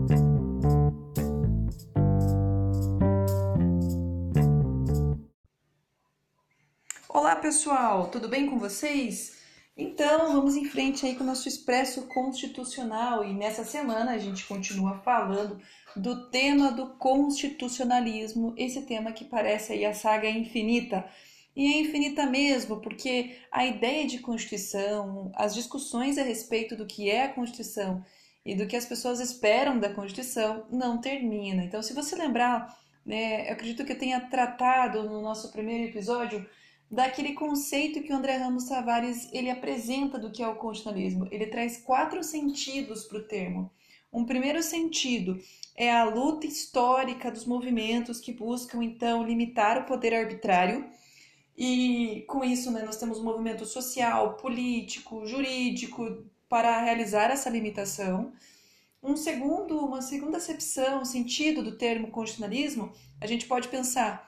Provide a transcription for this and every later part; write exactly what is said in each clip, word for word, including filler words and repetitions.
Olá pessoal, tudo bem com vocês? Então vamos em frente aí com o nosso Expresso Constitucional e nessa semana a gente continua falando do tema do constitucionalismo, esse tema que parece aí a saga infinita. E é infinita mesmo, porque a ideia de Constituição, as discussões a respeito do que é a Constituição e do que as pessoas esperam da Constituição não termina. Então, se você lembrar, né, eu acredito que eu tenha tratado no nosso primeiro episódio daquele conceito que o André Ramos Tavares ele apresenta do que é o constitucionalismo. Ele traz quatro sentidos para o termo. Um primeiro sentido é a luta histórica dos movimentos que buscam, então, limitar o poder arbitrário. E com isso, né, nós temos um movimento social, político, jurídico para realizar essa limitação. Um segundo, uma segunda acepção, sentido do termo constitucionalismo, a gente pode pensar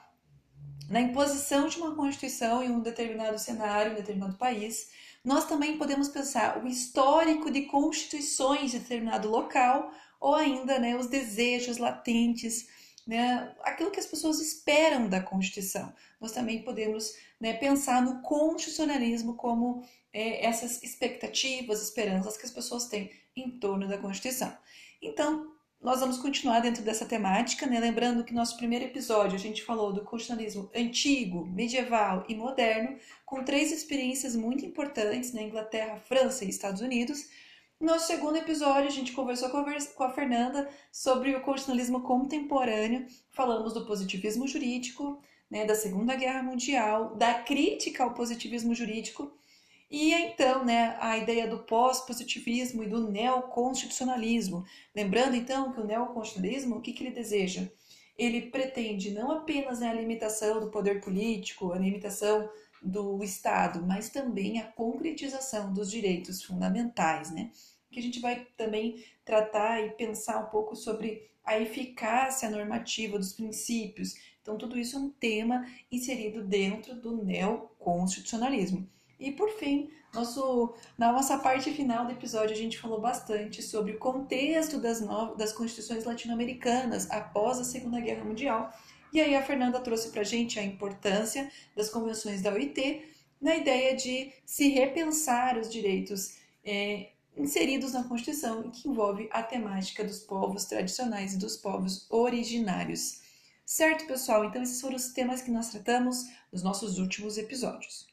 na imposição de uma Constituição em um determinado cenário, em um determinado país. Nós também podemos pensar o histórico de constituições de determinado local ou ainda, né, os desejos latentes, né, aquilo que as pessoas esperam da Constituição. Nós também podemos, né, pensar no constitucionalismo como é, essas expectativas, esperanças que as pessoas têm em torno da Constituição. Então, nós vamos continuar dentro dessa temática, né? Lembrando que no nosso primeiro episódio a gente falou do constitucionalismo antigo, medieval e moderno, com três experiências muito importantes na Inglaterra, França e Estados Unidos. No nosso segundo episódio a gente conversou com a Fernanda sobre o constitucionalismo contemporâneo, falamos do positivismo jurídico, né, da Segunda Guerra Mundial, da crítica ao positivismo jurídico. E então, né, a ideia do pós-positivismo e do neoconstitucionalismo. Lembrando então que o neoconstitucionalismo, o que, que ele deseja? Ele pretende não apenas, né, a limitação do poder político, a limitação do Estado, mas também a concretização dos direitos fundamentais, né? Que a gente vai também tratar e pensar um pouco sobre a eficácia normativa dos princípios. Então, tudo isso é um tema inserido dentro do neoconstitucionalismo. E por fim, nosso, na nossa parte final do episódio, a gente falou bastante sobre o contexto das, novas, das constituições latino-americanas após a Segunda Guerra Mundial. E aí a Fernanda trouxe para a gente a importância das convenções da O I T na ideia de se repensar os direitos é, inseridos na Constituição, que envolve a temática dos povos tradicionais e dos povos originários. Certo, pessoal? Então esses foram os temas que nós tratamos nos nossos últimos episódios.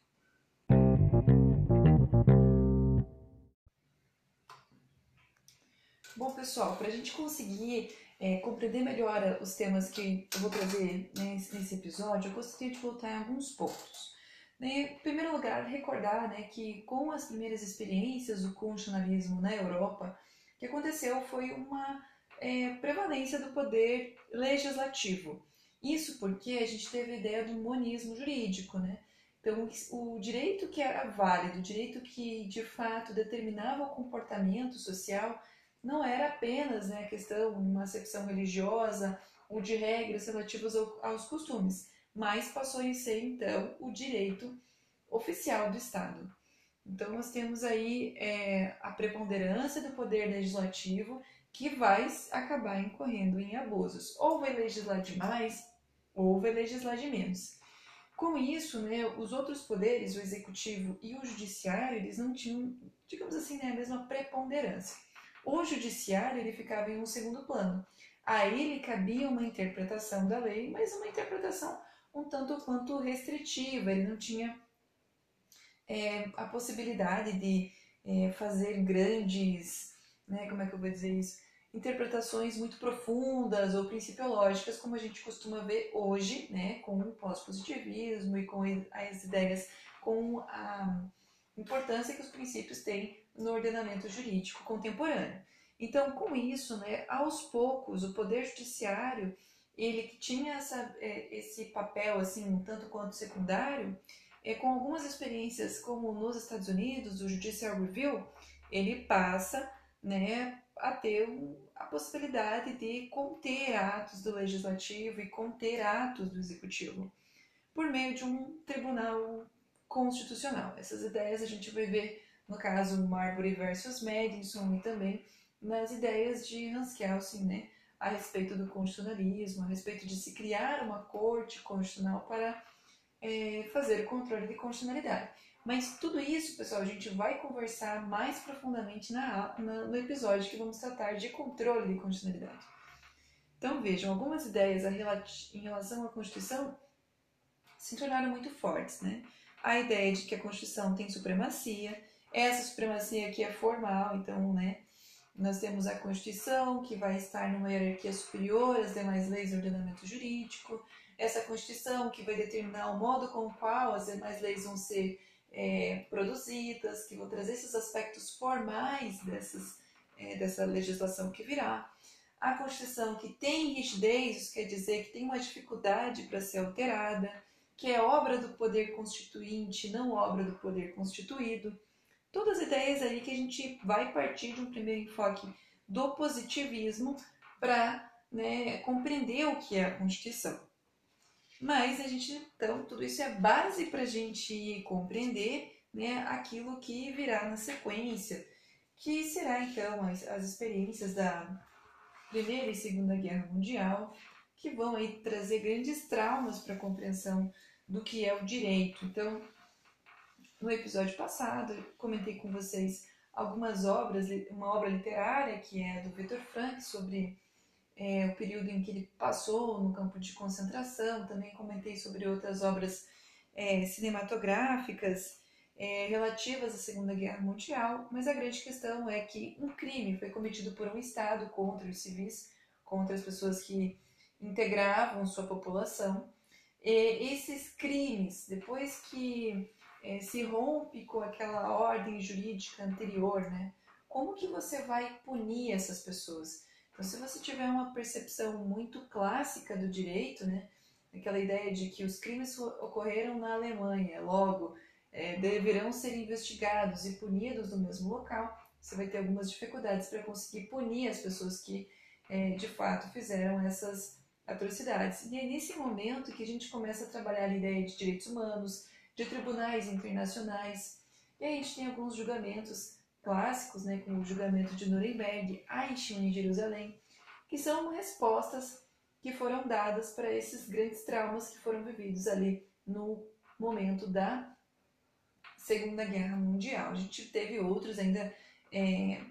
Bom, pessoal, para a gente conseguir é, compreender melhor os temas que eu vou trazer nesse, nesse episódio, eu gostaria de voltar em alguns pontos. Né? Em primeiro lugar, recordar, né, que com as primeiras experiências do constitucionalismo na Europa, o que aconteceu foi uma é, prevalência do poder legislativo. Isso porque a gente teve a ideia do monismo jurídico, né? Então, o direito que era válido, o direito que de fato determinava o comportamento social, não era apenas, né, a questão de uma acepção religiosa ou de regras relativas ao, aos costumes, mas passou a ser, então, o direito oficial do Estado. Então, nós temos aí é, a preponderância do poder legislativo que vai acabar incorrendo em abusos. Ou vai legislar demais, ou vai legislar de menos. Com isso, né, os outros poderes, o executivo e o judiciário, eles não tinham, digamos assim, né, a mesma preponderância. O judiciário ele ficava em um segundo plano. A ele cabia uma interpretação da lei, mas uma interpretação um tanto quanto restritiva. Ele não tinha é, a possibilidade de é, fazer grandes, né, como é que eu vou dizer isso? Interpretações muito profundas ou principiológicas, como a gente costuma ver hoje, né, com o pós-positivismo e com as ideias, com a importância que os princípios têm no ordenamento jurídico contemporâneo. Então, com isso, né, aos poucos, o Poder Judiciário, ele que tinha essa, esse papel assim, um tanto quanto secundário, é, com algumas experiências, como nos Estados Unidos, o Judicial Review, ele passa, né, a ter a possibilidade de conter atos do Legislativo e conter atos do Executivo, por meio de um tribunal constitucional. Essas ideias a gente vai ver no caso Marbury versus Madison e também nas ideias de Hans Kelsen, né, a respeito do constitucionalismo, a respeito de se criar uma corte constitucional para é, fazer o controle de constitucionalidade. Mas tudo isso, pessoal, a gente vai conversar mais profundamente na, na, no episódio que vamos tratar de controle de constitucionalidade. Então vejam, algumas ideias em relação à Constituição se tornaram muito fortes, né? A ideia de que a Constituição tem supremacia, essa supremacia aqui é formal, então, né, nós temos a Constituição, que vai estar numa hierarquia superior às demais leis do ordenamento jurídico, essa Constituição que vai determinar o modo com o qual as demais leis vão ser é, produzidas, que vão trazer esses aspectos formais dessas, é, dessa legislação que virá. A Constituição que tem rigidez, isso quer dizer que tem uma dificuldade para ser alterada, que é obra do poder constituinte, não obra do poder constituído. Todas as ideias aí que a gente vai partir de um primeiro enfoque do positivismo para, né, compreender o que é a Constituição. Mas a gente, então, tudo isso é base para a gente compreender, né, aquilo que virá na sequência, que será então as, as experiências da Primeira e Segunda Guerra Mundial, que vão aí trazer grandes traumas para a compreensão do que é o direito. Então, no episódio passado, eu comentei com vocês algumas obras, uma obra literária que é do Viktor Frankl sobre é, o período em que ele passou no campo de concentração. Também comentei sobre outras obras é, cinematográficas é, relativas à Segunda Guerra Mundial, mas a grande questão é que um crime foi cometido por um Estado contra os civis, contra as pessoas que integravam sua população. E esses crimes, depois que é, se rompe com aquela ordem jurídica anterior, né, como que você vai punir essas pessoas? Então, se você tiver uma percepção muito clássica do direito, né, aquela ideia de que os crimes ocorreram na Alemanha, logo é, deverão ser investigados e punidos no mesmo local, você vai ter algumas dificuldades para conseguir punir as pessoas que é, de fato fizeram essas atrocidades. E é nesse momento que a gente começa a trabalhar a ideia de direitos humanos, de tribunais internacionais, e aí a gente tem alguns julgamentos clássicos, né, como o julgamento de Nuremberg, Eichmann em Jerusalém, que são respostas que foram dadas para esses grandes traumas que foram vividos ali no momento da Segunda Guerra Mundial. A gente teve outros ainda é,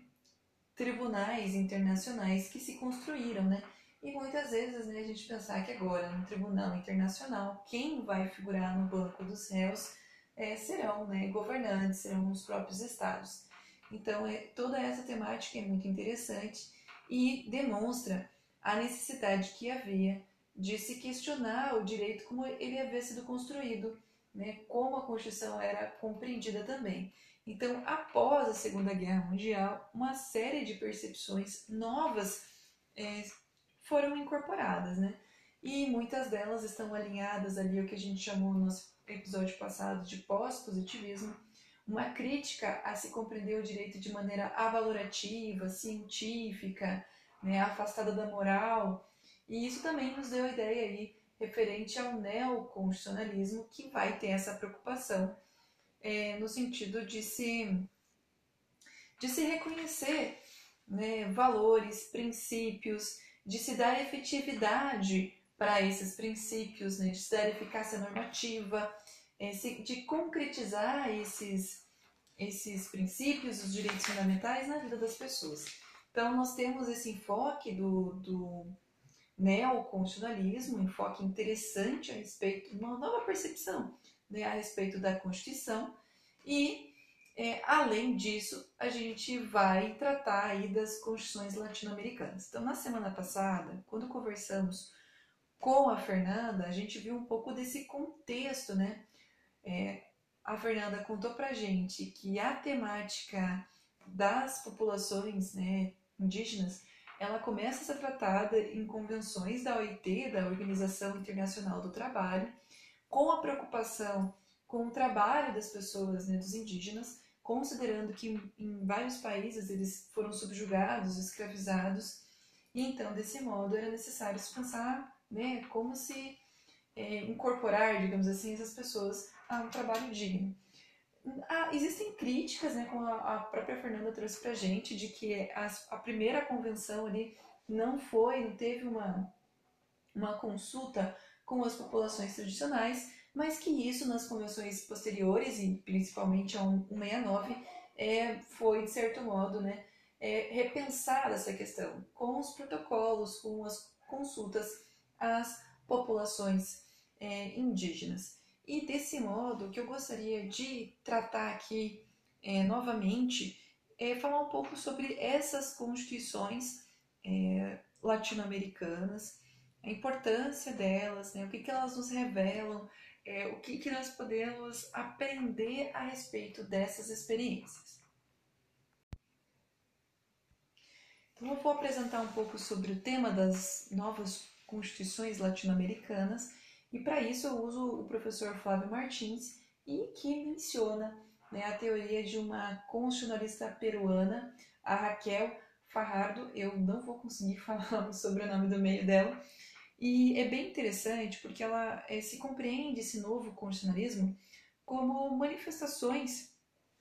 tribunais internacionais que se construíram, né? E muitas vezes, né, a gente pensar que agora no tribunal internacional quem vai figurar no banco dos réus é, serão, né, governantes, serão os próprios estados. Então, é, toda essa temática é muito interessante e demonstra a necessidade que havia de se questionar o direito como ele havia sido construído, né, como a Constituição era compreendida também. Então, após a Segunda Guerra Mundial, uma série de percepções novas é, foram incorporadas, né? E muitas delas estão alinhadas ali ao que a gente chamou no nosso episódio passado de pós-positivismo, uma crítica a se compreender o direito de maneira avalorativa, científica, né, afastada da moral. E isso também nos deu a ideia aí referente ao neoconstitucionalismo, que vai ter essa preocupação é, no sentido de se, de se reconhecer, né, valores, princípios, de se dar efetividade para esses princípios, né, de se dar eficácia normativa, é, de concretizar esses, esses princípios, os direitos fundamentais na vida das pessoas. Então, nós temos esse enfoque do, do neoconstitucionalismo, um enfoque interessante a respeito de uma nova percepção, né, a respeito da Constituição, e é, além disso a gente vai tratar aí das constituições latino-americanas. Então, na semana passada, quando conversamos com a Fernanda, a gente viu um pouco desse contexto, né? É, a Fernanda contou pra gente que a temática das populações, né, indígenas, ela começa a ser tratada em convenções da O I T, da Organização Internacional do Trabalho, com a preocupação com o trabalho das pessoas, né, dos indígenas, considerando que em, em vários países eles foram subjugados, escravizados, e então, desse modo, era necessário se pensar, né, como se é, incorporar, digamos assim, essas pessoas a um trabalho digno. Ah, existem críticas, né, como a, a própria Fernanda trouxe pra gente, de que as- a primeira convenção ali não foi, não teve uma, uma consulta com as populações tradicionais, mas que isso nas convenções posteriores, e principalmente a cento e sessenta e nove, é, foi, de certo modo, né, é, repensar essa questão com os protocolos, com as consultas às populações é, indígenas. E desse modo, o que eu gostaria de tratar aqui é, novamente é falar um pouco sobre essas constituições é, latino-americanas, a importância delas, né, o que, que elas nos revelam, é, o que, que nós podemos aprender a respeito dessas experiências. Então, eu vou apresentar um pouco sobre o tema das novas constituições latino-americanas, e para isso eu uso o professor Flávio Martins, e que menciona, né, a teoria de uma constitucionalista peruana, a Raquel Fajardo. Eu não vou conseguir falar o sobrenome do meio dela, e é bem interessante porque ela é, se compreende esse novo constitucionalismo como manifestações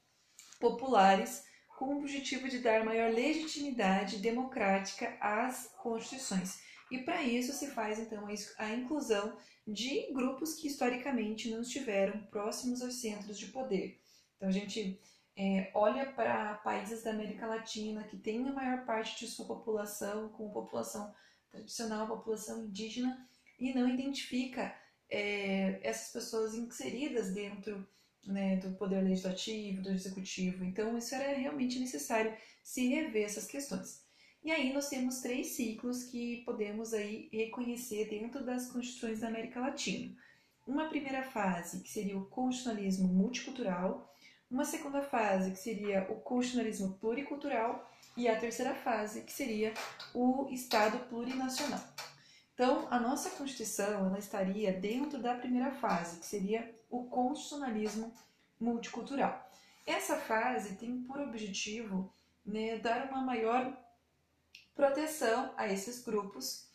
populares com o objetivo de dar maior legitimidade democrática às constituições. E para isso se faz então a inclusão de grupos que historicamente não estiveram próximos aos centros de poder. Então a gente é, olha para países da América Latina que têm a maior parte de sua população como população tradicional, população indígena, e não identifica é, essas pessoas inseridas dentro, né, do poder legislativo, do executivo. Então, isso era realmente necessário se rever essas questões. E aí nós temos três ciclos que podemos aí reconhecer dentro das constituições da América Latina. Uma primeira fase, que seria o constitucionalismo multicultural, uma segunda fase, que seria o constitucionalismo pluricultural, e a terceira fase, que seria o Estado plurinacional. Então, a nossa Constituição ela estaria dentro da primeira fase, que seria o constitucionalismo multicultural. Essa fase tem por objetivo, né, dar uma maior proteção a esses grupos,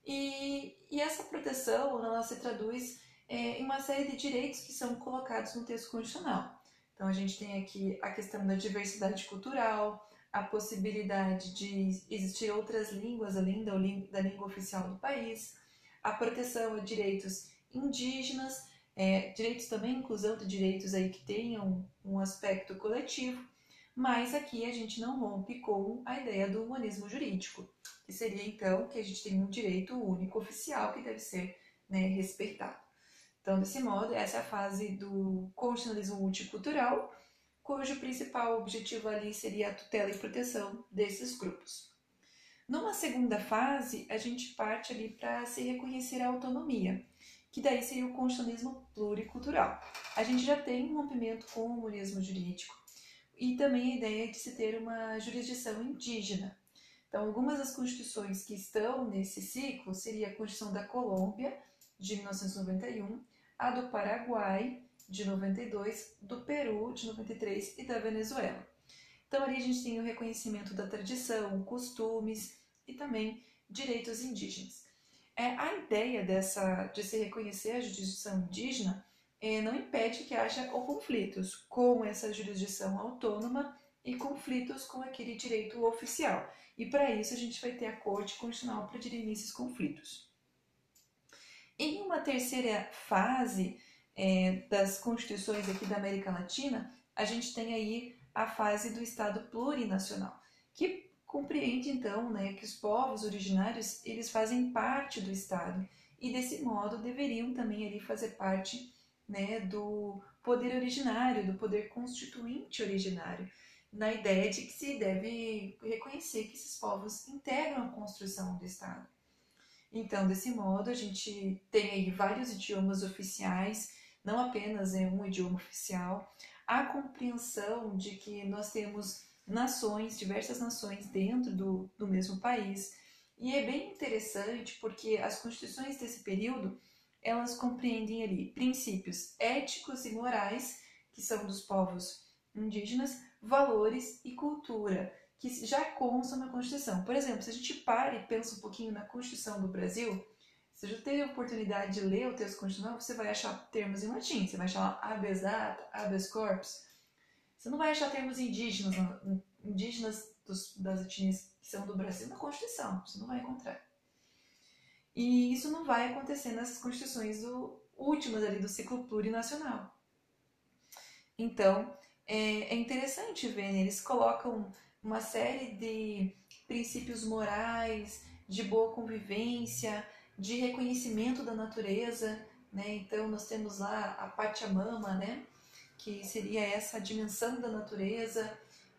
e, e essa proteção ela se traduz é, em uma série de direitos que são colocados no texto constitucional. Então, a gente tem aqui a questão da diversidade cultural, a possibilidade de existir outras línguas além da, da língua oficial do país, a proteção a direitos indígenas, é, direitos também, inclusão de direitos aí que tenham um aspecto coletivo, mas aqui a gente não rompe com a ideia do humanismo jurídico, que seria então que a gente tem um direito único oficial que deve ser, né, respeitado. Então, desse modo, essa é a fase do constitucionalismo multicultural, cujo principal objetivo ali seria a tutela e proteção desses grupos. Numa segunda fase, a gente parte ali para se reconhecer a autonomia, que daí seria o constitucionalismo pluricultural. A gente já tem um rompimento com o humanismo jurídico e também a ideia de se ter uma jurisdição indígena. Então, algumas das constituições que estão nesse ciclo seria a Constituição da Colômbia, de mil novecentos e noventa e um, a do Paraguai, de noventa e dois, do Peru, de noventa e três e da Venezuela. Então, ali a gente tem o reconhecimento da tradição, costumes e também direitos indígenas. É, a ideia dessa, de se reconhecer a jurisdição indígena é, não impede que haja conflitos com essa jurisdição autônoma e conflitos com aquele direito oficial. E para isso a gente vai ter a Corte Constitucional para dirimir esses conflitos. Em uma terceira fase é, das constituições aqui da América Latina, a gente tem aí a fase do Estado plurinacional, que compreende então, né, que os povos originários eles fazem parte do Estado e desse modo deveriam também ali fazer parte, né, do poder originário, do poder constituinte originário, na ideia de que se deve reconhecer que esses povos integram a construção do Estado. Então, desse modo, a gente tem aí vários idiomas oficiais, não apenas é um idioma oficial, a compreensão de que nós temos nações, diversas nações dentro do, do mesmo país. E é bem interessante porque as constituições desse período, elas compreendem ali princípios éticos e morais, que são dos povos indígenas, valores e cultura, que já constam na Constituição. Por exemplo, se a gente para e pensa um pouquinho na Constituição do Brasil, se você teve a oportunidade de ler o texto constitucional, você vai achar termos em latim, você vai achar habeas data, habeas corpus, Você não vai achar termos indígenas, indígenas dos, das etnias que são do Brasil na Constituição, você não vai encontrar. E isso não vai acontecer nessas constituições do, últimas ali do ciclo plurinacional. Então, é, é interessante ver, né? Eles colocam uma série de princípios morais, de boa convivência, de reconhecimento da natureza, né? Então, nós temos lá a Pachamama, né? Que seria essa dimensão da natureza,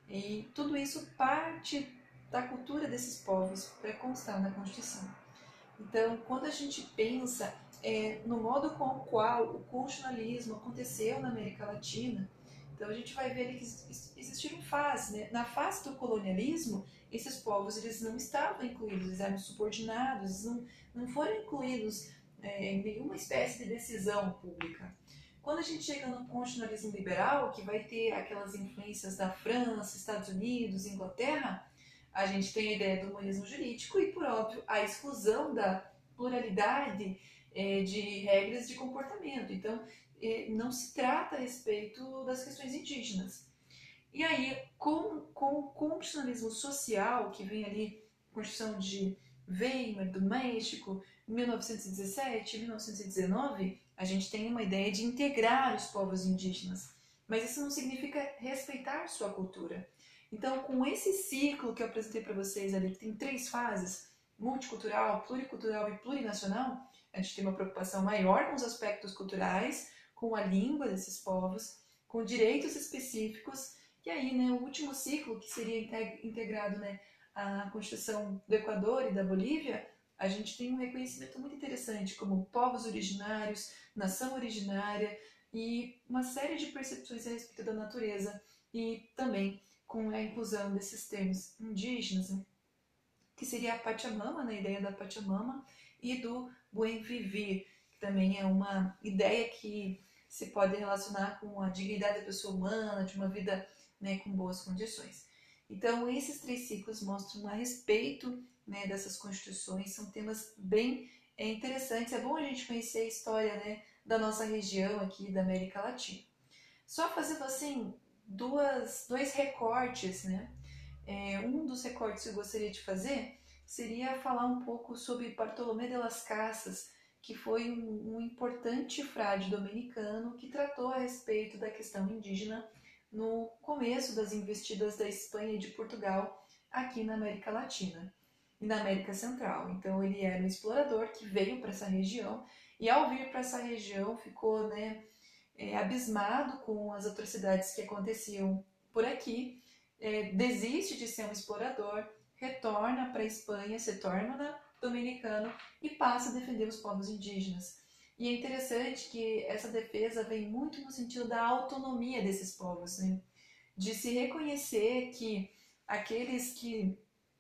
e tudo isso parte da cultura desses povos para constar na Constituição. Então, quando a gente pensa é, no modo com o qual o constitucionalismo aconteceu na América Latina, então a gente vai ver ali que existiram fases. Né? Na fase do colonialismo, esses povos eles não estavam incluídos, eles eram subordinados, eles não, não foram incluídos é, em nenhuma espécie de decisão pública. Quando a gente chega no constitucionalismo liberal, que vai ter aquelas influências da França, Estados Unidos, Inglaterra, a gente tem a ideia do humanismo jurídico e, por óbvio, a exclusão da pluralidade é, de regras de comportamento. Então, é, não se trata a respeito das questões indígenas. E aí, com, com o constitucionalismo social, que vem ali, Constituição de Weimar, do México, mil novecentos e dezessete, mil novecentos e dezenove, a gente tem uma ideia de integrar os povos indígenas. Mas isso não significa respeitar sua cultura. Então, com esse ciclo que eu apresentei para vocês ali, que tem três fases, multicultural, pluricultural e plurinacional, a gente tem uma preocupação maior com os aspectos culturais, com a língua desses povos, com direitos específicos, e aí, né, o último ciclo, que seria integrado, né, à Constituição do Equador e da Bolívia, a gente tem um reconhecimento muito interessante, como povos originários, nação originária, e uma série de percepções a respeito da natureza, e também com a inclusão desses termos indígenas, né? Que seria a Pachamama, né? A ideia da Pachamama, e do Buen Vivir, que também é uma ideia que se pode relacionar com a dignidade da pessoa humana, de uma vida, né, com boas condições. Então, esses três ciclos mostram a respeito, né, dessas constituições, são temas bem é, interessantes. É bom a gente conhecer a história, né, da nossa região aqui, da América Latina. Só fazendo assim, duas, dois recortes, né? É, um dos recortes que eu gostaria de fazer seria falar um pouco sobre Bartolomé de las Casas, que foi um, um importante frade dominicano que tratou a respeito da questão indígena no começo das investidas da Espanha e de Portugal aqui na América Latina e na América Central. Então ele era um explorador que veio para essa região e ao vir para essa região ficou, né, é, abismado com as atrocidades que aconteciam por aqui, é, desiste de ser um explorador, retorna para a Espanha, se torna dominicano e passa a defender os povos indígenas. E é interessante que essa defesa vem muito no sentido da autonomia desses povos, né? De se reconhecer que aqueles que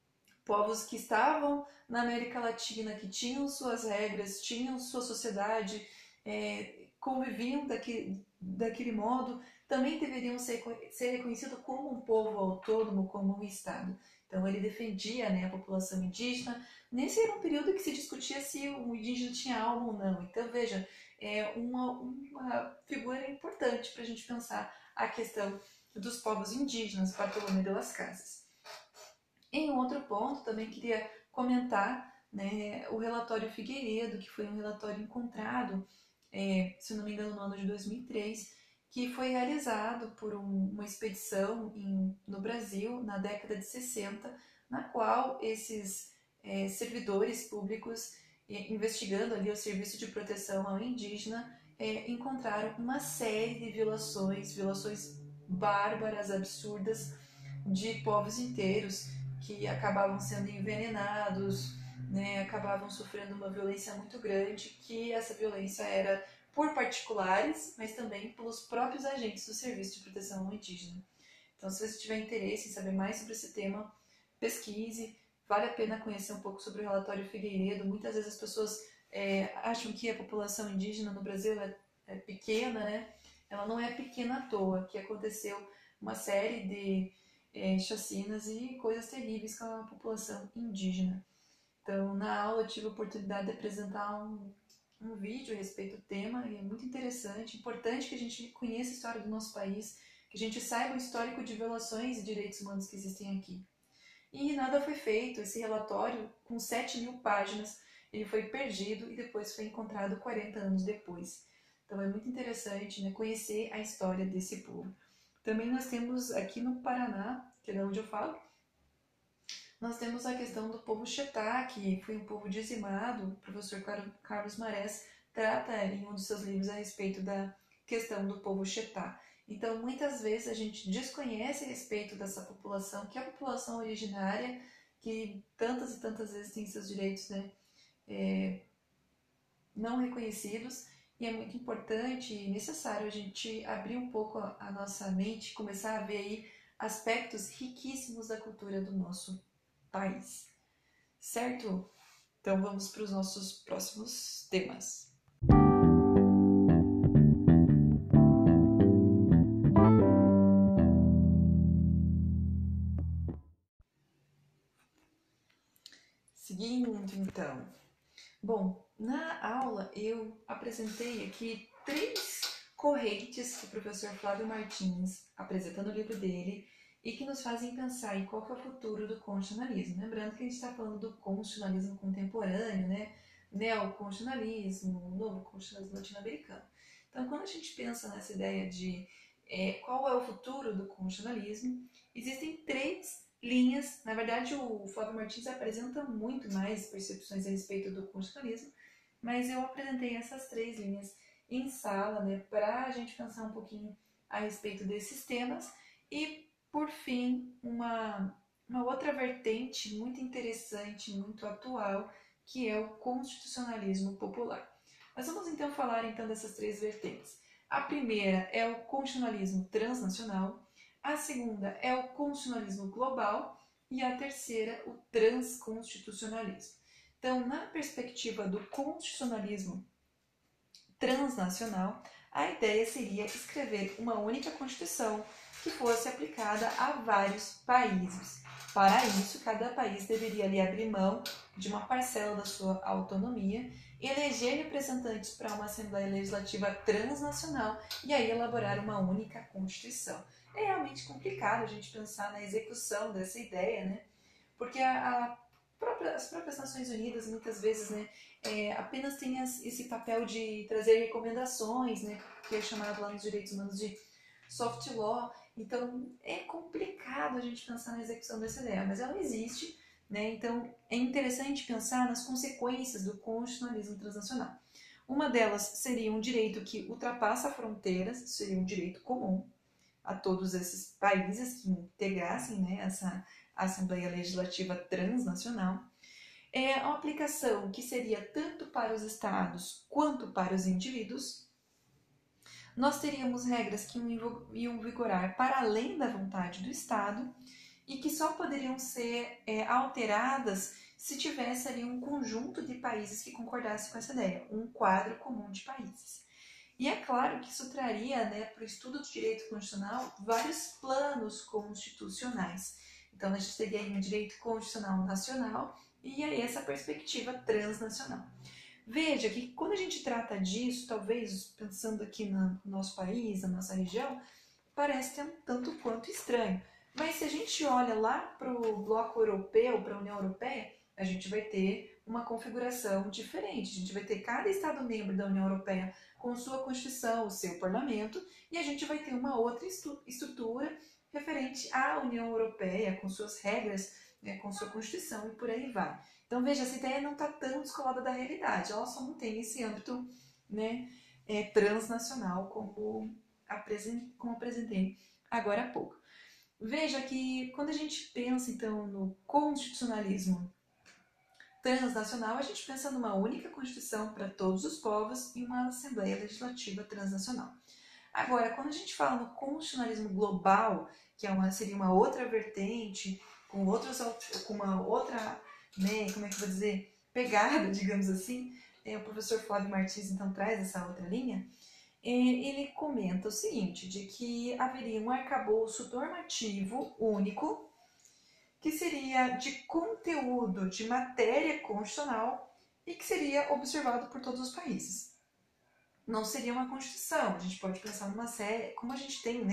povos que estavam na América Latina, que tinham suas regras, tinham sua sociedade, é, conviviam daquele, daquele modo, também deveriam ser, ser reconhecidos como um povo autônomo, como um Estado. Então ele defendia, né, a população indígena. Nesse era um período que se discutia se o indígena tinha alma ou não. Então veja, é uma, uma figura importante para a gente pensar a questão dos povos indígenas, Bartolomé de las Casas. Em outro ponto, também queria comentar, né, o relatório Figueiredo, que foi um relatório encontrado, é, se não me engano, no ano de dois mil e três, que foi realizado por um, uma expedição em, no Brasil, na década de sessenta, na qual esses é, servidores públicos, é, investigando ali o Serviço de Proteção ao Indígena, é, encontraram uma série de violações, violações bárbaras, absurdas, de povos inteiros, que acabavam sendo envenenados, né, acabavam sofrendo uma violência muito grande, que essa violência era por particulares, mas também pelos próprios agentes do Serviço de Proteção ao Indígena. Então, se você tiver interesse em saber mais sobre esse tema, pesquise, vale a pena conhecer um pouco sobre o relatório Figueiredo. Muitas vezes as pessoas é, acham que a população indígena no Brasil é, é pequena, né? Ela não é pequena à toa, que aconteceu uma série de É, chacinas e coisas terríveis com a população indígena. Então, na aula eu tive a oportunidade de apresentar um, um vídeo a respeito do tema, e é muito interessante, importante que a gente conheça a história do nosso país, que a gente saiba o histórico de violações de direitos humanos que existem aqui. E nada foi feito. Esse relatório, com sete mil páginas, ele foi perdido e depois foi encontrado quarenta anos depois. Então é muito interessante, né, conhecer a história desse povo. Também nós temos aqui no Paraná, que é de onde eu falo, nós temos a questão do povo Chetá, que foi um povo dizimado. O professor Carlos Marés trata em um dos seus livros a respeito da questão do povo Chetá. Então, muitas vezes a gente desconhece a respeito dessa população, que é a população originária, que tantas e tantas vezes tem seus direitos, né, é, não reconhecidos, e é muito importante e necessário a gente abrir um pouco a nossa mente, começar a ver aí aspectos riquíssimos da cultura do nosso país, certo? Então vamos para os nossos próximos temas. Seguindo então. Bom, na aula eu apresentei aqui três correntes que o professor Flávio Martins apresenta no livro dele e que nos fazem pensar em qual que é o futuro do constitucionalismo. Lembrando que a gente está falando do constitucionalismo contemporâneo, né? Neoconstitucionalismo, novo constitucionalismo latino-americano. Então, quando a gente pensa nessa ideia de é, qual é o futuro do constitucionalismo, existem três linhas. Na verdade, o Flávio Martins apresenta muito mais percepções a respeito do constitucionalismo, mas eu apresentei essas três linhas em sala, né, para a gente pensar um pouquinho a respeito desses temas. E, por fim, uma, uma outra vertente muito interessante, muito atual, que é o constitucionalismo popular. Nós vamos então falar então dessas três vertentes. A primeira é o constitucionalismo transnacional, a segunda é o constitucionalismo global e a terceira, o transconstitucionalismo. Então, na perspectiva do constitucionalismo transnacional, a ideia seria escrever uma única Constituição que fosse aplicada a vários países. Para isso, cada país deveria ali abrir mão de uma parcela da sua autonomia, eleger representantes para uma Assembleia Legislativa transnacional e aí elaborar uma única Constituição. É realmente complicado a gente pensar na execução dessa ideia, né? Porque a, a própria, as próprias Nações Unidas, muitas vezes, né, é, apenas têm as, esse papel de trazer recomendações, né, que é chamado lá nos direitos humanos de soft law. Então, é complicado a gente pensar na execução dessa ideia, mas ela existe, né? Então, é interessante pensar nas consequências do constitucionalismo transnacional. Uma delas seria um direito que ultrapassa fronteiras, seria um direito comum a todos esses países que integrassem, né, essa Assembleia Legislativa Transnacional. É uma aplicação que seria tanto para os estados quanto para os indivíduos. Nós teríamos regras que iam vigorar para além da vontade do Estado e que só poderiam ser é, alteradas se tivesse ali um conjunto de países que concordassem com essa ideia, um quadro comum de países. E é claro que isso traria, né, para o estudo do direito constitucional vários planos constitucionais. Então, a gente teria aí um direito constitucional nacional e aí essa perspectiva transnacional. Veja que quando a gente trata disso, talvez pensando aqui no nosso país, na nossa região, parece ter um tanto quanto estranho. Mas se a gente olha lá para o bloco europeu, para a União Europeia, a gente vai ter uma configuração diferente. A gente vai ter cada Estado membro da União Europeia com sua Constituição, o seu parlamento, e a gente vai ter uma outra estrutura referente à União Europeia, com suas regras, né, com sua Constituição e por aí vai. Então, veja, essa ideia não está tão descolada da realidade, ela só não tem esse âmbito, né, é, transnacional como, apresen- como apresentei agora há pouco. Veja que quando a gente pensa, então, no constitucionalismo transnacional, a gente pensa numa única Constituição para todos os povos e uma Assembleia Legislativa transnacional. Agora, quando a gente fala no constitucionalismo global, que é uma, seria uma outra vertente, com, outros, com uma outra, né, como é que eu vou dizer, pegada, digamos assim, é, o professor Flávio Martins, então, traz essa outra linha, é, ele comenta o seguinte, de que haveria um arcabouço normativo único, que seria de conteúdo de matéria constitucional e que seria observado por todos os países. Não seria uma Constituição, a gente pode pensar numa série, como a gente tem, né,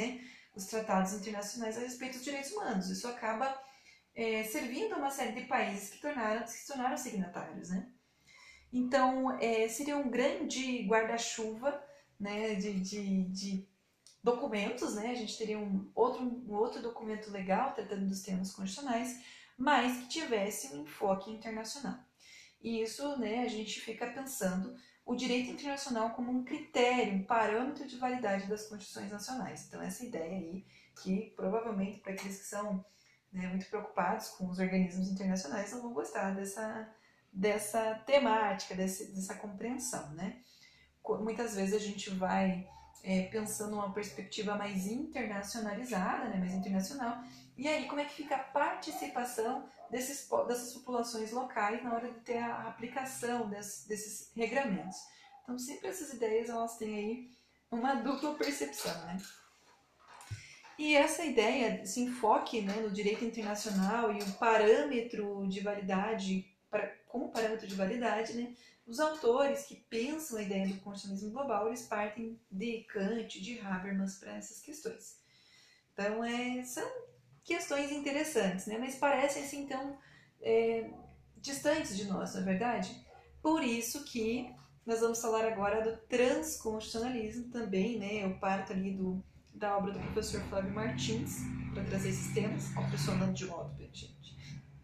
os tratados internacionais a respeito dos direitos humanos. Isso acaba é, servindo a uma série de países que, tornaram, que se tornaram signatários, né? Então, é, seria um grande guarda-chuva, né, de, de, de documentos, né? A gente teria um outro, um outro documento legal tratando dos temas constitucionais, mas que tivesse um enfoque internacional. E isso, né, a gente fica pensando o direito internacional como um critério, um parâmetro de validade das constituições nacionais. Então, essa ideia aí, que provavelmente para aqueles que são, né, muito preocupados com os organismos internacionais não vão gostar dessa, dessa temática, desse, dessa compreensão, né? Muitas vezes a gente vai é, pensando numa perspectiva mais internacionalizada, né, mais internacional, e aí como é que fica a participação desses, dessas populações locais na hora de ter a aplicação desses, desses regramentos. Então sempre essas ideias elas têm aí uma dupla percepção, né? E essa ideia, esse enfoque, né, no direito internacional e o parâmetro de validade, para, como parâmetro de validade, né, os autores que pensam a ideia do constitucionalismo global, eles partem de Kant, de Habermas para essas questões. Então, é, são questões interessantes, né, mas parecem, assim, então, é, distantes de nós, não é verdade? Por isso que nós vamos falar agora do transconstitucionalismo também, né, eu parto ali do da obra do professor Flávio Martins, para trazer esses temas. Ó, o pessoal andando de moto, gente.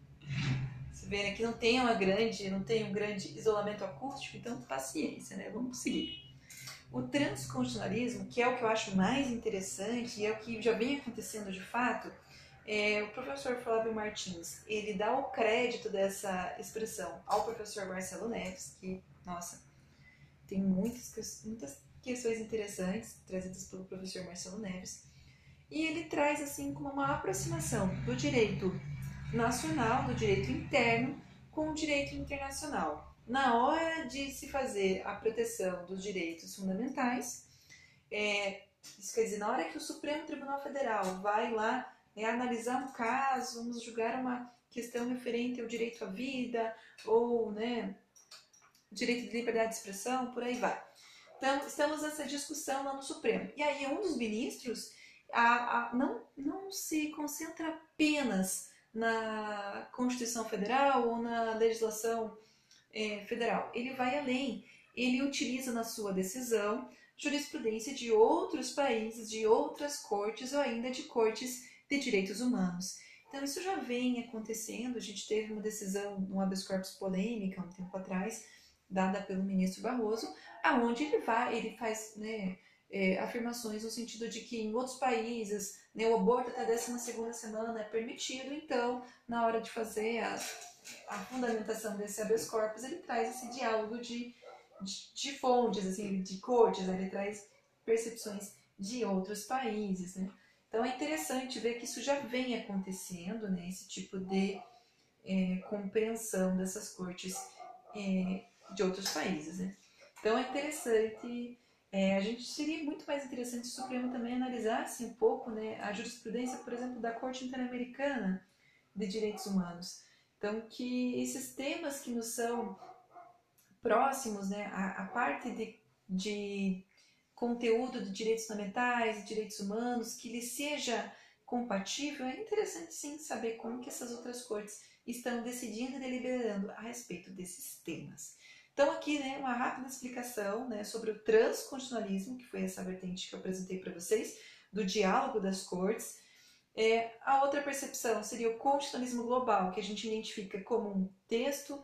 Você vê aqui não tem uma grande, não tem um grande isolamento acústico, então paciência, né? Vamos seguir. O transconstitucionalismo, que é o que eu acho mais interessante e é o que já vem acontecendo de fato, é, o professor Flávio Martins, ele dá o crédito dessa expressão ao professor Marcelo Neves, que, nossa, tem muitas, muitas questões interessantes trazidas pelo professor Marcelo Neves, e ele traz assim como uma aproximação do direito nacional, do direito interno, com o direito internacional. Na hora de se fazer a proteção dos direitos fundamentais, é, isso quer dizer, na hora que o Supremo Tribunal Federal vai lá é, analisar um caso, vamos julgar uma questão referente ao direito à vida, ou né, direito de liberdade de expressão, por aí vai. Então, estamos nessa discussão lá no Supremo. E aí, um dos ministros a, a, não, não se concentra apenas na Constituição Federal ou na legislação é, federal. Ele vai além. Ele utiliza na sua decisão jurisprudência de outros países, de outras cortes ou ainda de cortes de direitos humanos. Então, isso já vem acontecendo. A gente teve uma decisão, um habeas corpus polêmica, um tempo atrás, dada pelo ministro Barroso, aonde ele vai, ele faz né, é, afirmações no sentido de que em outros países né, o aborto até a décima segunda semana é permitido, então, na hora de fazer a, a fundamentação desse habeas corpus, ele traz esse diálogo de, de, de fontes, assim, de cortes, né, ele traz percepções de outros países. Né? Então é interessante ver que isso já vem acontecendo, né, esse tipo de é, compreensão dessas cortes é, de outros países, né? Então é interessante, é, a gente seria muito mais interessante se o Supremo também analisasse um pouco né, a jurisprudência, por exemplo, da Corte Interamericana de Direitos Humanos. Então que esses temas que nos são próximos, né, a, a parte de, de conteúdo de direitos fundamentais, de direitos humanos, que lhe seja compatível, é interessante sim saber como que essas outras cortes estão decidindo e deliberando a respeito desses temas. Então aqui, né, uma rápida explicação né, sobre o transconstitucionalismo, que foi essa vertente que eu apresentei para vocês, do diálogo das cortes. É, a outra percepção seria o constitucionalismo global, que a gente identifica como um texto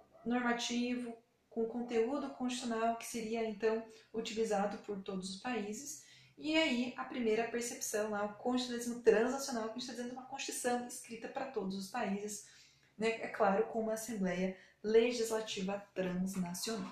normativo com conteúdo constitucional que seria então utilizado por todos os países. E aí a primeira percepção, lá, o constitucionalismo transnacional, que a gente está dizendo uma constituição escrita para todos os países, né, é claro, com uma Assembleia Legislativa Transnacional.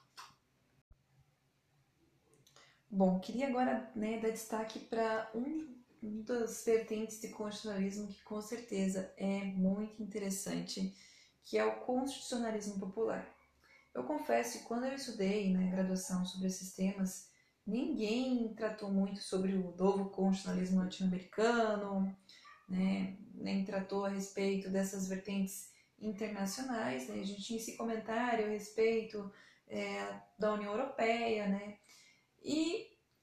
Bom, queria agora né, dar destaque para um, um das vertentes de constitucionalismo que com certeza é muito interessante, que é o constitucionalismo popular. Eu confesso que quando eu estudei na né, graduação sobre esses temas, ninguém tratou muito sobre o novo constitucionalismo latino-americano, né, nem tratou a respeito dessas vertentes internacionais, né? A gente tinha esse comentário a respeito é, da União Europeia, né? E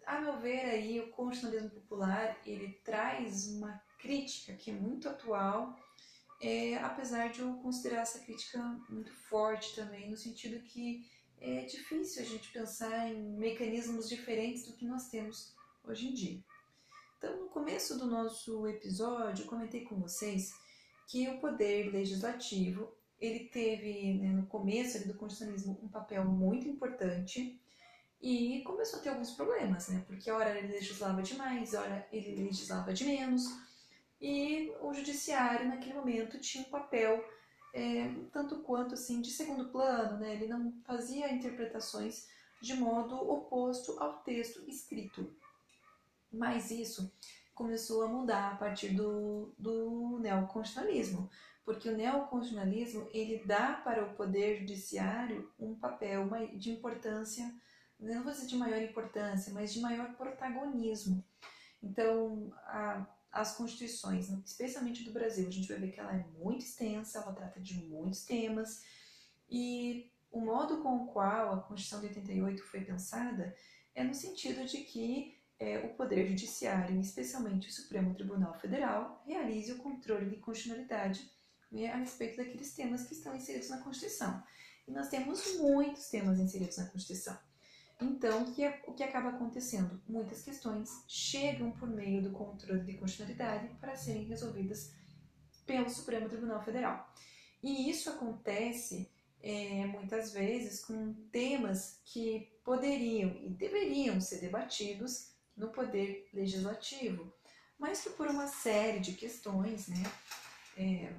a meu ver, aí, o constitucionalismo popular, ele traz uma crítica que é muito atual, é, apesar de eu considerar essa crítica muito forte também, no sentido que é difícil a gente pensar em mecanismos diferentes do que nós temos hoje em dia. Então, no começo do nosso episódio, eu comentei com vocês que o poder legislativo, ele teve, né, no começo ali do constitucionalismo, um papel muito importante e começou a ter alguns problemas, né? Porque a hora ele legislava demais, a hora ele legislava de menos, e o judiciário naquele momento tinha um papel é, tanto quanto assim de segundo plano, né? Ele não fazia interpretações de modo oposto ao texto escrito. Mas isso começou a mudar a partir do, do neoconstitucionalismo, porque o neoconstitucionalismo ele dá para o poder judiciário um papel de importância, não vou dizer de maior importância, mas de maior protagonismo. Então, a, as constituições, especialmente do Brasil, a gente vai ver que ela é muito extensa, ela trata de muitos temas, e o modo com o qual a Constituição de oitenta e oito foi pensada é no sentido de que é, o Poder Judiciário, especialmente o Supremo Tribunal Federal, realize o controle de constitucionalidade, né, a respeito daqueles temas que estão inseridos na Constituição. E nós temos muitos temas inseridos na Constituição. Então, o que, é, o que acaba acontecendo? Muitas questões chegam por meio do controle de constitucionalidade para serem resolvidas pelo Supremo Tribunal Federal. E isso acontece é, muitas vezes com temas que poderiam e deveriam ser debatidos no Poder Legislativo, mas que por uma série de questões, né, é,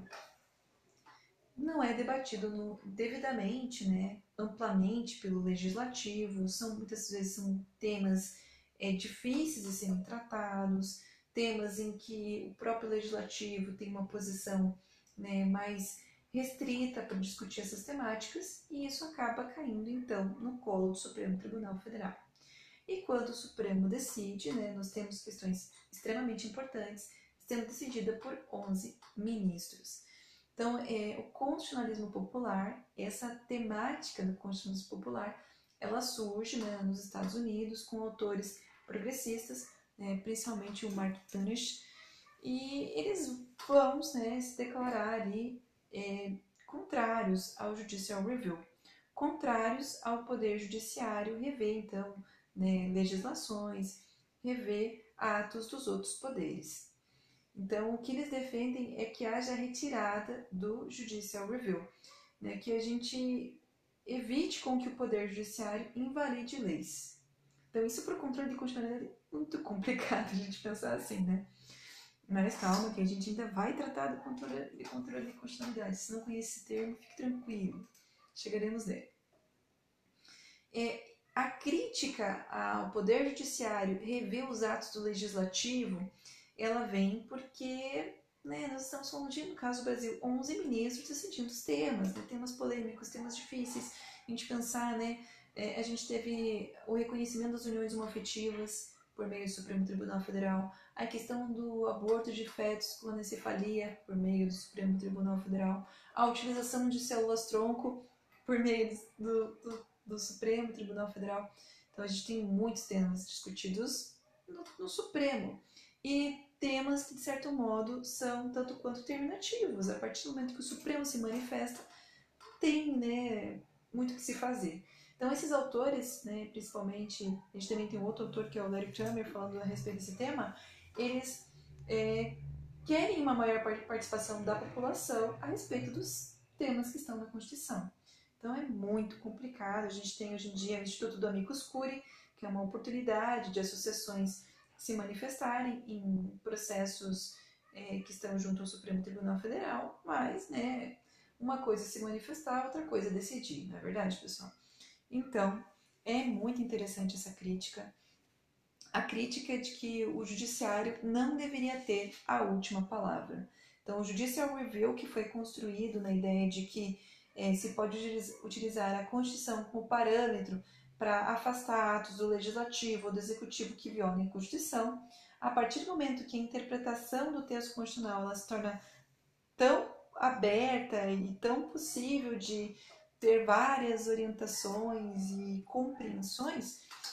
não é debatido no, devidamente, né, amplamente pelo Legislativo, são, muitas vezes são temas é, difíceis de serem tratados, temas em que o próprio Legislativo tem uma posição, né, mais restrita para discutir essas temáticas, e isso acaba caindo, então, no colo do Supremo Tribunal Federal. E quando o Supremo decide, né, nós temos questões extremamente importantes, sendo decidida por onze ministros. Então, é, o constitucionalismo popular, essa temática do constitucionalismo popular, ela surge, né, nos Estados Unidos com autores progressistas, né, principalmente o Mark Tanish, e eles vão, né, se declarar ali, é, contrários ao Judicial Review, contrários ao Poder Judiciário rever, então, né, legislações, rever atos dos outros poderes. Então, o que eles defendem é que haja retirada do Judicial Review, né, que a gente evite com que o Poder Judiciário invalide leis. Então, isso para o controle de constitucionalidade é muito complicado a gente pensar assim, né? Mas calma, que a gente ainda vai tratar do controle de, controle de constitucionalidade. Se não conhece esse termo, fique tranquilo, chegaremos nele. É, a crítica ao Poder Judiciário rever os atos do Legislativo, ela vem porque, né, nós estamos falando de, no caso do Brasil, onze ministros decidindo os temas, né, temas polêmicos, temas difíceis. A gente pensar, né, é, a gente teve o reconhecimento das uniões homoafetivas por meio do Supremo Tribunal Federal, a questão do aborto de fetos com anencefalia por meio do Supremo Tribunal Federal, a utilização de células-tronco por meio do, do, do Supremo Tribunal Federal. Então a gente tem muitos temas discutidos no, no Supremo. E temas que, de certo modo, são tanto quanto terminativos. A partir do momento que o Supremo se manifesta, tem, né, muito o que se fazer. Então, esses autores, né, principalmente, a gente também tem um outro autor que é o Larry Kramer, falando a respeito desse tema, eles é, querem uma maior participação da população a respeito dos temas que estão na Constituição. Então, é muito complicado. A gente tem, hoje em dia, o Instituto do Amicus Curiae, que é uma oportunidade de associações se manifestarem em processos é, que estão junto ao Supremo Tribunal Federal, mas, né, uma coisa é se manifestar, outra coisa é decidir, não é verdade, pessoal? Então, é muito interessante essa crítica, a crítica de que o judiciário não deveria ter a última palavra. Então, o Judicial Review, que foi construído na ideia de que é, se pode utilizar a Constituição como parâmetro para afastar atos do Legislativo ou do Executivo que violem a Constituição, a partir do momento que a interpretação do texto constitucional ela se torna tão aberta e tão possível de ter várias orientações e compreensões,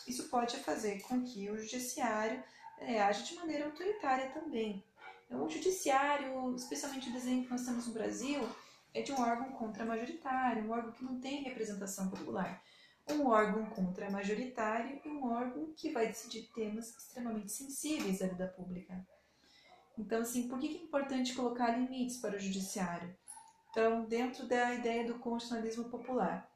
isso pode fazer com que o judiciário é, age de maneira autoritária também. Então, o judiciário, especialmente o desenho que nós temos no Brasil, é de um órgão contra-majoritário, um órgão que não tem representação popular. Um órgão contra-majoritário e um órgão que vai decidir temas extremamente sensíveis à vida pública. Então, assim, por que é importante colocar limites para o judiciário? Então, dentro da ideia do constitucionalismo popular,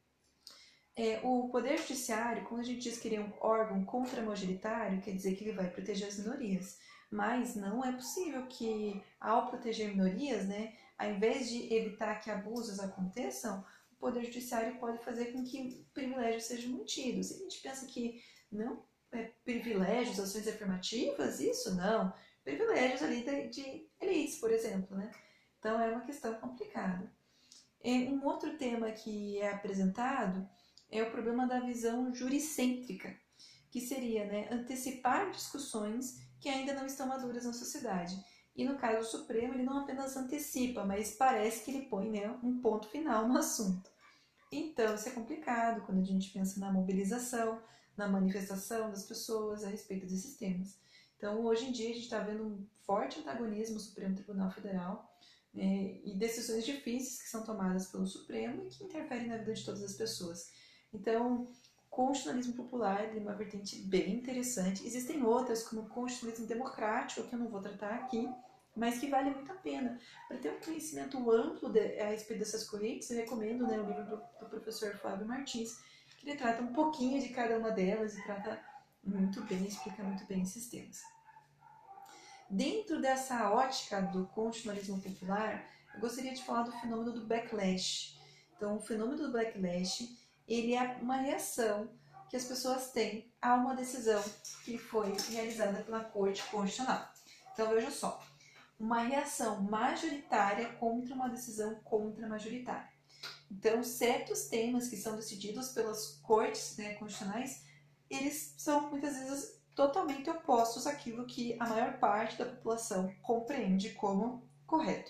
é, o Poder Judiciário, quando a gente diz que ele é um órgão contra-majoritário, quer dizer que ele vai proteger as minorias. Mas não é possível que, ao proteger minorias, né, ao invés de evitar que abusos aconteçam, o Poder Judiciário pode fazer com que privilégios sejam mantidos. E a gente pensa que não é privilégios, ações afirmativas, isso não. Privilégios ali de, de elites, por exemplo, né? Então é uma questão complicada. E um outro tema que é apresentado é o problema da visão juricêntrica, que seria, né, antecipar discussões que ainda não estão maduras na sociedade. E no caso do Supremo, ele não apenas antecipa, mas parece que ele põe, né, um ponto final no assunto. Então, isso é complicado quando a gente pensa na mobilização, na manifestação das pessoas a respeito desses temas. Então, hoje em dia, a gente está vendo um forte antagonismo no Supremo Tribunal Federal, né, e decisões difíceis que são tomadas pelo Supremo e que interferem na vida de todas as pessoas. Então, o constitucionalismo popular é uma vertente bem interessante. Existem outras, como o constitucionalismo democrático, que eu não vou tratar aqui, mas que vale muito a pena. Para ter um conhecimento amplo de, a respeito dessas correntes, eu recomendo, né, o livro do, do professor Flávio Martins, que ele trata um pouquinho de cada uma delas e trata muito bem, explica muito bem esses temas. Dentro dessa ótica do constitucionalismo popular, eu gostaria de falar do fenômeno do backlash. Então, o fenômeno do backlash, ele é uma reação que as pessoas têm a uma decisão que foi realizada pela Corte Constitucional. Então, veja só, uma reação majoritária contra uma decisão contra-majoritária. Então, certos temas que são decididos pelas cortes, né, constitucionais, eles são muitas vezes totalmente opostos àquilo que a maior parte da população compreende como correto.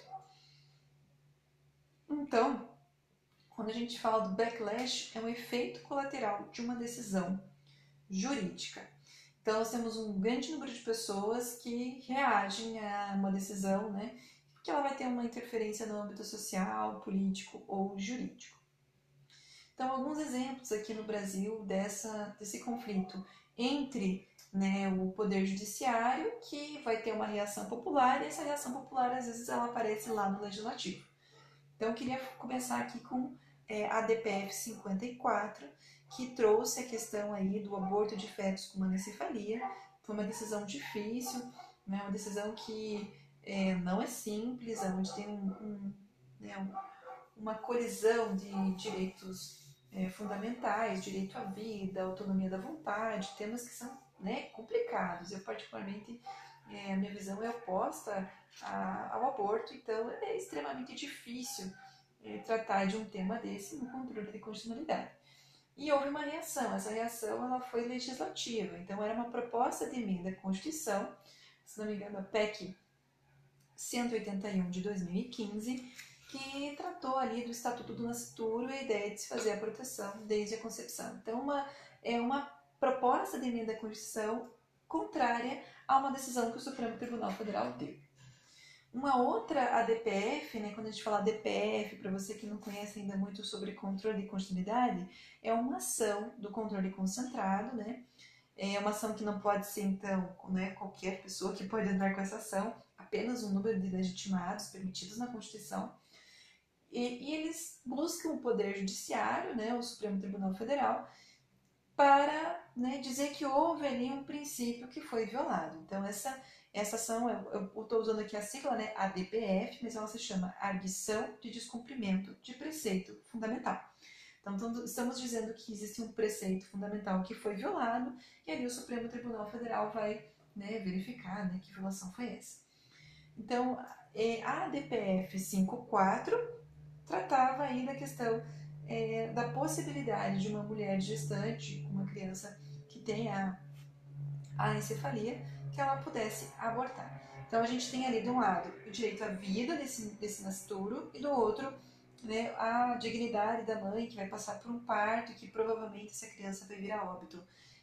Então, quando a gente fala do backlash, é um efeito colateral de uma decisão jurídica. Então, nós temos um grande número de pessoas que reagem a uma decisão, né, que ela vai ter uma interferência no âmbito social, político ou jurídico. Então, alguns exemplos aqui no Brasil dessa, desse conflito entre, né, o poder judiciário, que vai ter uma reação popular, e essa reação popular, às vezes, ela aparece lá no legislativo. Então, eu queria começar aqui com é, a D P F cinquenta e quatro, que trouxe a questão aí do aborto de fetos com anencefalia. Foi uma decisão difícil, né, uma decisão que é, não é simples, onde tem um, um, né, um, uma colisão de direitos é, fundamentais, direito à vida, autonomia da vontade, temas que são, né, complicados. Eu, particularmente, é, a minha visão é oposta a, ao aborto, então é extremamente difícil é, tratar de um tema desse no controle de constitucionalidade. E houve uma reação, essa reação ela foi legislativa, então era uma proposta de emenda à Constituição, se não me engano a P E C cento e oitenta e um de dois mil e quinze, que tratou ali do Estatuto do Nascituro e a ideia de se fazer a proteção desde a concepção. Então, uma, é uma proposta de emenda à Constituição contrária a uma decisão que o Supremo Tribunal Federal deu. Uma outra, a D P F, né, quando a gente fala D P F, para você que não conhece ainda muito sobre controle de constitucionalidade, é uma ação do controle concentrado, né? É uma ação que não pode ser, então, né, qualquer pessoa que pode entrar com essa ação, apenas um número de legitimados permitidos na Constituição. E, e eles buscam o Poder Judiciário, né, o Supremo Tribunal Federal, para, né, dizer que houve ali um princípio que foi violado. Então, essa, essa ação, eu estou usando aqui a sigla, né, A D P F, mas ela se chama Arguição de Descumprimento de Preceito Fundamental. Então, estamos dizendo que existe um preceito fundamental que foi violado, e ali o Supremo Tribunal Federal vai, né, verificar, né, que violação foi essa. Então, a D P F cinquenta e quatro tratava aí da questão é, da possibilidade de uma mulher gestante, uma criança que tenha a anencefalia, que ela pudesse abortar. Então, a gente tem ali, de um lado, o direito à vida desse, desse nascituro, e do outro, né, a dignidade da mãe, que vai passar por um parto e que provavelmente essa criança vai vir a óbito.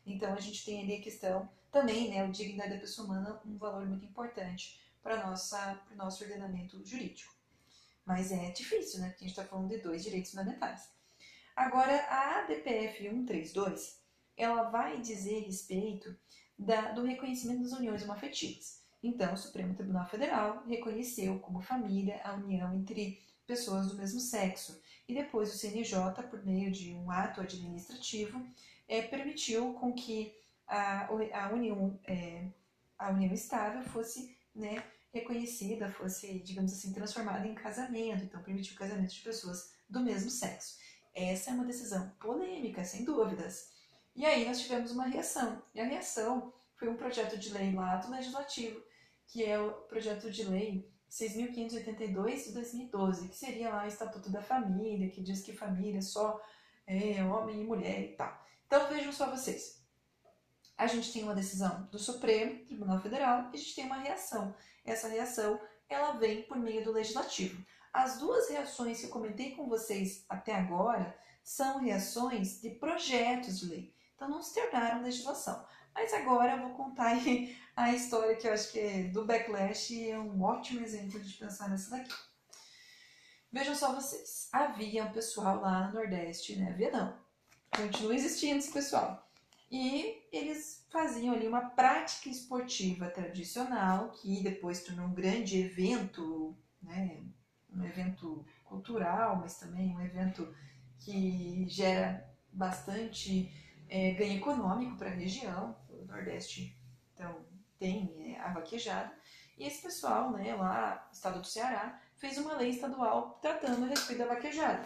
Então a gente tem ali a questão também, né, o dignidade da pessoa humana, um valor muito importante para o nosso ordenamento jurídico. Mas é difícil, né, porque a gente está falando de dois direitos fundamentais. Agora, a A D P F cento e trinta e dois, ela vai dizer respeito da, do reconhecimento das uniões homoafetivas. Então, o Supremo Tribunal Federal reconheceu como família a união entre pessoas do mesmo sexo. E depois o C N J, por meio de um ato administrativo, é, permitiu com que a, a, união, é, a união estável fosse, né, reconhecida, fosse, digamos assim, transformada em casamento. Então, permitiu o casamento de pessoas do mesmo sexo. Essa é uma decisão polêmica, sem dúvidas. E aí nós tivemos uma reação. E a reação foi um projeto de lei lá do Legislativo, que é o projeto de lei seis mil quinhentos e oitenta e dois de dois mil e doze, que seria lá o Estatuto da Família, que diz que família é só é, homem e mulher e tal. Então vejam só vocês. A gente tem uma decisão do Supremo Tribunal Federal e a gente tem uma reação. Essa reação, ela vem por meio do Legislativo. As duas reações que eu comentei com vocês até agora são reações de projetos de lei. Então não se tornaram legislação. Mas agora eu vou contar aí a história que eu acho que é do backlash e é um ótimo exemplo de pensar nessa daqui. Vejam só vocês. Havia um pessoal lá no Nordeste, né? Havia não. Continua existindo esse pessoal. E eles faziam ali uma prática esportiva tradicional, que depois tornou um grande evento, né? Um evento cultural, mas também um evento que gera bastante é, ganho econômico para a região. O Nordeste, então, tem é, a vaquejada. E esse pessoal, né, lá no estado do Ceará, fez uma lei estadual tratando a respeito da vaquejada.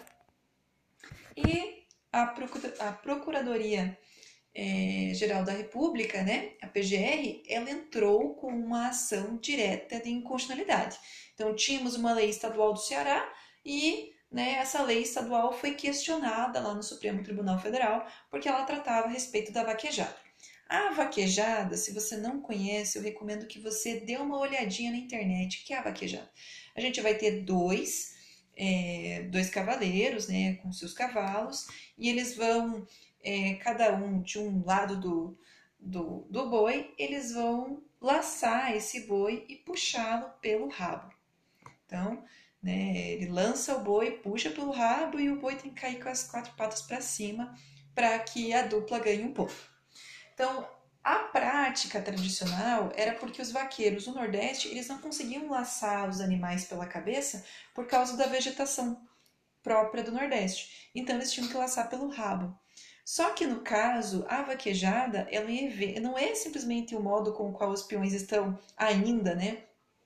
E a, Procura, a Procuradoria é, Geral da República, né, a P G R, ela entrou com uma ação direta de inconstitucionalidade. Então, tínhamos uma lei estadual do Ceará e, né, essa lei estadual foi questionada lá no Supremo Tribunal Federal porque ela tratava a respeito da vaquejada. A vaquejada, se você não conhece, eu recomendo que você dê uma olhadinha na internet. O que é a vaquejada? A gente vai ter dois, é, dois cavaleiros, né, com seus cavalos, e eles vão, é, cada um de um lado do, do, do boi, eles vão laçar esse boi e puxá-lo pelo rabo. Então, né, ele lança o boi, puxa pelo rabo e o boi tem que cair com as quatro patas para cima para que a dupla ganhe um ponto. Então, a prática tradicional era porque os vaqueiros do Nordeste eles não conseguiam laçar os animais pela cabeça por causa da vegetação própria do Nordeste. Então, eles tinham que laçar pelo rabo. Só que no caso, a vaquejada ela não é simplesmente o modo com o qual os peões estão ainda, né?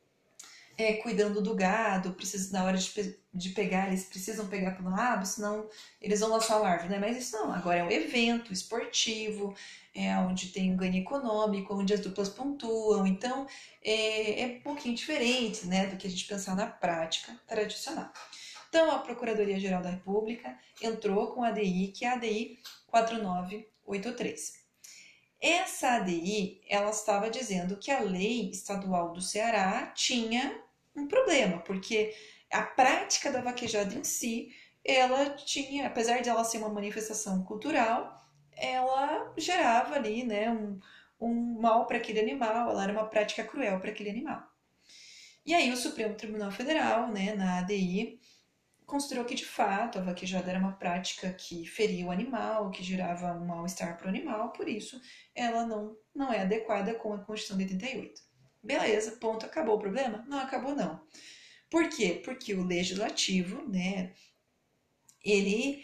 É, cuidando do gado, precisa, na hora de, pe de pegar, eles precisam pegar pelo rabo, senão eles vão laçar o árvore, né? Mas isso não, agora é um evento esportivo, é onde tem um ganho econômico, onde as duplas pontuam, então é, é um pouquinho diferente, né, do que a gente pensar na prática tradicional. Então a Procuradoria-Geral da República entrou com a ADI, que é a ADI quatro nove oito três. Essa A D I, ela estava dizendo que a lei estadual do Ceará tinha um problema, porque a prática da vaquejada em si, ela tinha, apesar de ela ser uma manifestação cultural, ela gerava ali, né, um, um mal para aquele animal, ela era uma prática cruel para aquele animal. E aí o Supremo Tribunal Federal, né, na A D I, considerou que de fato a vaquejada era uma prática que feria o animal, que gerava um mal-estar para o animal, por isso ela não, não é adequada com a Constituição de oitenta e oito. Beleza, ponto, acabou o problema? Não acabou não. Por quê? Porque o legislativo, né, ele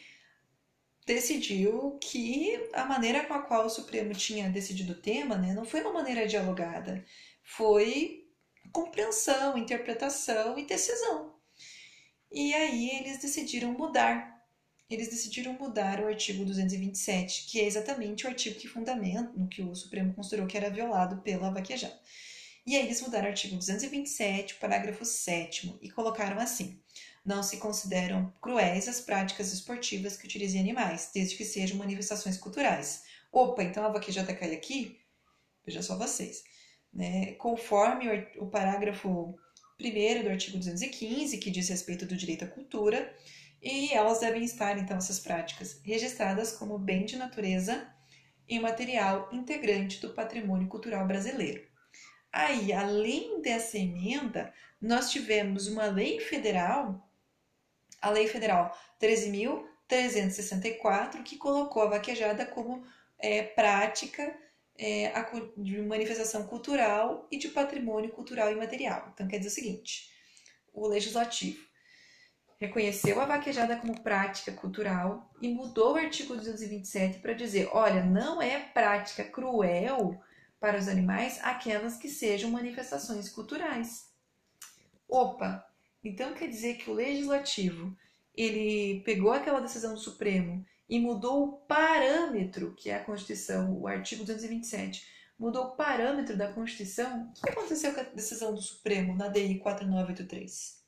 decidiu que a maneira com a qual o Supremo tinha decidido o tema, né, não foi uma maneira dialogada, foi compreensão, interpretação e decisão. E aí eles decidiram mudar. Eles decidiram mudar o artigo duzentos e vinte e sete, que é exatamente o artigo que fundamenta, no que o Supremo considerou que era violado pela vaquejada. E aí eles mudaram o artigo duzentos e vinte e sete, o parágrafo sétimo, e colocaram assim: não se consideram cruéis as práticas esportivas que utilizem animais, desde que sejam manifestações culturais. Opa, então a vaquejada cai aqui? Veja só vocês. Né? Conforme o parágrafo primeiro do artigo duzentos e quinze, que diz respeito do direito à cultura, e elas devem estar, então, essas práticas, registradas como bem de natureza imaterial integrante do patrimônio cultural brasileiro. Aí, além dessa emenda, nós tivemos uma lei federal, a Lei Federal treze mil trezentos e sessenta e quatro, que colocou a vaquejada como é, prática é, de manifestação cultural e de patrimônio cultural imaterial. Então, quer dizer o seguinte, o Legislativo reconheceu a vaquejada como prática cultural e mudou o artigo duzentos e vinte e sete para dizer, olha, não é prática cruel para os animais aquelas que sejam manifestações culturais. Opa, então quer dizer que o Legislativo, ele pegou aquela decisão do Supremo e mudou o parâmetro, que é a Constituição, o artigo duzentos e vinte e sete, mudou o parâmetro da Constituição. O que aconteceu com a decisão do Supremo na D I quatro nove oito três?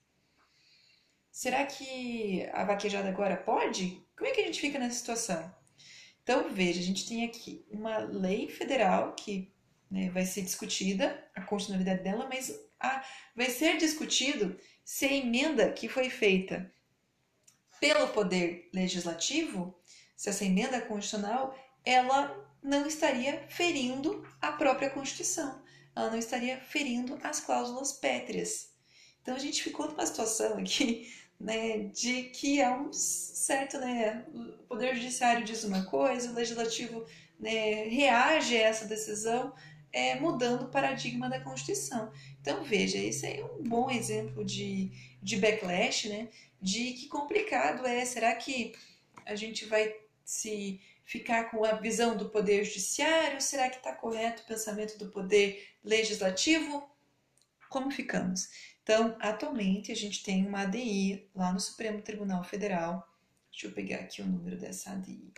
Será que a vaquejada agora pode? Como é que a gente fica nessa situação? Então, veja, a gente tem aqui uma lei federal que né, vai ser discutida, a constitucionalidade dela, mas a, vai ser discutido se a emenda que foi feita pelo Poder Legislativo, se essa emenda constitucional, ela não estaria ferindo a própria Constituição, ela não estaria ferindo as cláusulas pétreas. Então, a gente ficou numa situação aqui né, de que há um certo, né, o Poder Judiciário diz uma coisa, o Legislativo né, reage a essa decisão, é, mudando o paradigma da Constituição. Então, veja, esse é um bom exemplo de, de backlash, né, de que complicado é, será que a gente vai se ficar com a visão do Poder Judiciário? Será que está correto o pensamento do Poder Legislativo? Como ficamos? Então, atualmente, a gente tem uma A D I lá no Supremo Tribunal Federal. Deixa eu pegar aqui o número dessa A D I.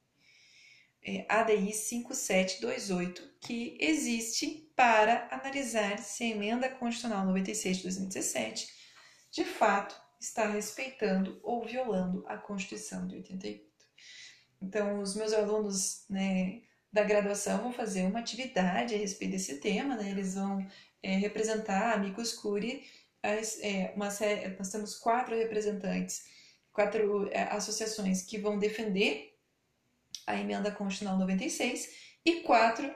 É A D I cinco sete dois oito, que existe para analisar se a Emenda Constitucional noventa e seis de dois mil e dezessete, de fato, está respeitando ou violando a Constituição de oitenta e oito. Então, os meus alunos né, da graduação vão fazer uma atividade a respeito desse tema, né? Eles vão é, representar a amicus curiae, as, é, uma série, nós temos quatro representantes, quatro é, associações que vão defender a Emenda Constitucional noventa e seis e quatro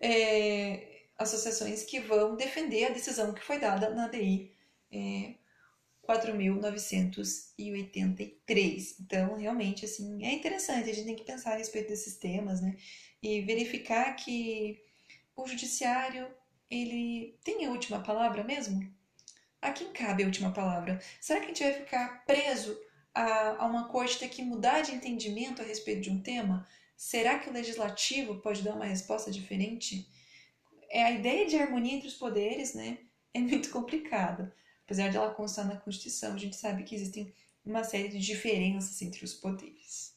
é, associações que vão defender a decisão que foi dada na D I é, quatro mil novecentos e oitenta e três. Então, realmente, assim, é interessante, a gente tem que pensar a respeito desses temas, né? E verificar que o judiciário, ele tem a última palavra mesmo? A quem cabe a última palavra? Será que a gente vai ficar preso a, a uma corte ter que mudar de entendimento a respeito de um tema? Será que o legislativo pode dar uma resposta diferente? É, a ideia de harmonia entre os poderes, né, é muito complicada. Apesar de ela constar na Constituição, a gente sabe que existem uma série de diferenças entre os poderes.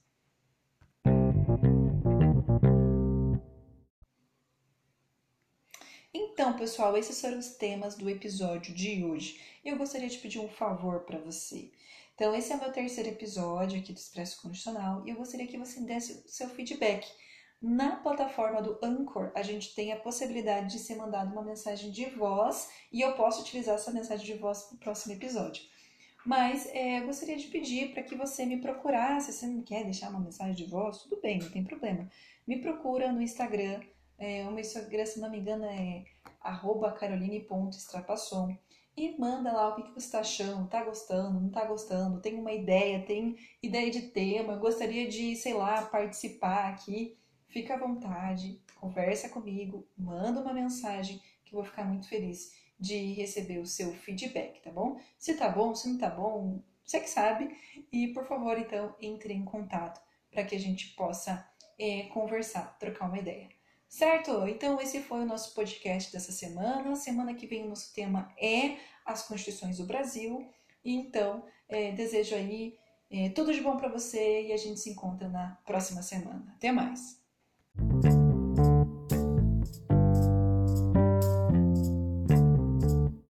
Então, pessoal, esses foram os temas do episódio de hoje. Eu gostaria de pedir um favor para você. Então, esse é o meu terceiro episódio aqui do Expresso Constitucional e eu gostaria que você desse o seu feedback. Na plataforma do Anchor, a gente tem a possibilidade de ser mandado uma mensagem de voz e eu posso utilizar essa mensagem de voz no próximo episódio. Mas é, eu gostaria de pedir para que você me procurasse. Se você não quer deixar uma mensagem de voz, tudo bem, não tem problema. Me procura no Instagram. É, o meu Instagram, se não me engano, é arroba caroline ponto estrapasson. E manda lá o que você está achando, tá gostando, não tá gostando, tem uma ideia, tem ideia de tema, gostaria de, sei lá, participar aqui. Fica à vontade, conversa comigo, manda uma mensagem que eu vou ficar muito feliz de receber o seu feedback, tá bom? Se tá bom, se não tá bom, você que sabe. E, por favor, então, entre em contato para que a gente possa é, conversar, trocar uma ideia. Certo? Então, esse foi o nosso podcast dessa semana. Semana que vem o nosso tema é as Constituições do Brasil. E, então, é, desejo aí é, tudo de bom para você e a gente se encontra na próxima semana. Até mais!